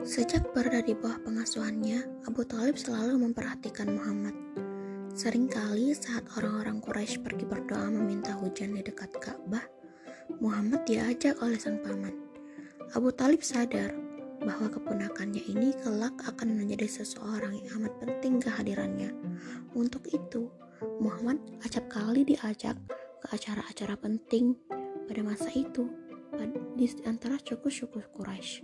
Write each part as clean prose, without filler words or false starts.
Sejak berada di bawah pengasuhannya, Abu Thalib selalu memperhatikan Muhammad. Seringkali saat orang-orang Quraisy pergi berdoa meminta hujan di dekat Ka'bah, Muhammad diajak oleh sang paman. Abu Thalib sadar bahwa keponakannya ini kelak akan menjadi seseorang yang amat penting kehadirannya. Untuk itu, Muhammad acap kali diajak ke acara-acara penting pada masa itu di antara suku-suku Quraisy.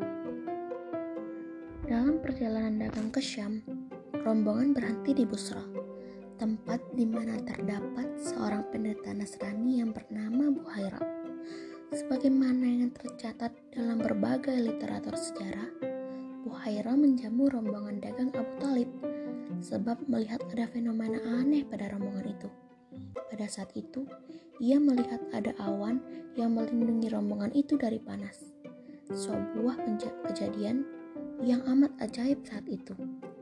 Dalam perjalanan dagang ke Syam, rombongan berhenti di Busra, tempat di mana terdapat seorang pendeta Nasrani yang bernama Buhaira. Sebagaimana yang tercatat dalam berbagai literatur sejarah, Buhaira menjamu rombongan dagang Abu Thalib sebab melihat ada fenomena aneh pada rombongan itu. Pada saat itu, ia melihat ada awan yang melindungi rombongan itu dari panas. Sebuah kejadian yang amat ajaib saat itu.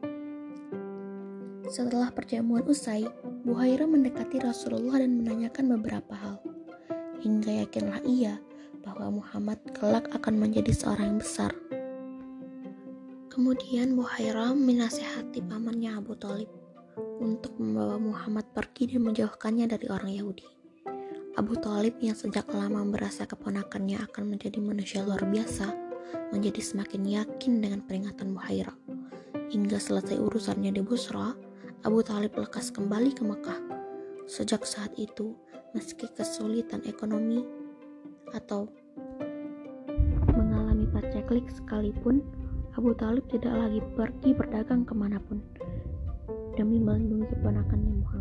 Setelah perjamuan usai, Buhaira mendekati Rasulullah dan menanyakan beberapa hal. Hingga yakinlah ia bahwa Muhammad kelak akan menjadi seorang yang besar. Kemudian Buhaira menasihati pamannya Abu Thalib untuk membawa Muhammad pergi dan menjauhkannya dari orang Yahudi. Abu Thalib yang sejak lama merasa keponakannya akan menjadi manusia luar biasa, menjadi semakin yakin dengan peringatan Buhaira. Hingga selesai urusannya di Busra, Abu Thalib lekas kembali ke Mekah. Sejak saat itu, meski kesulitan ekonomi atau mengalami paceklik sekalipun, Abu Thalib tidak lagi pergi berdagang kemanapun demi melindungi keponakannya Muhammad.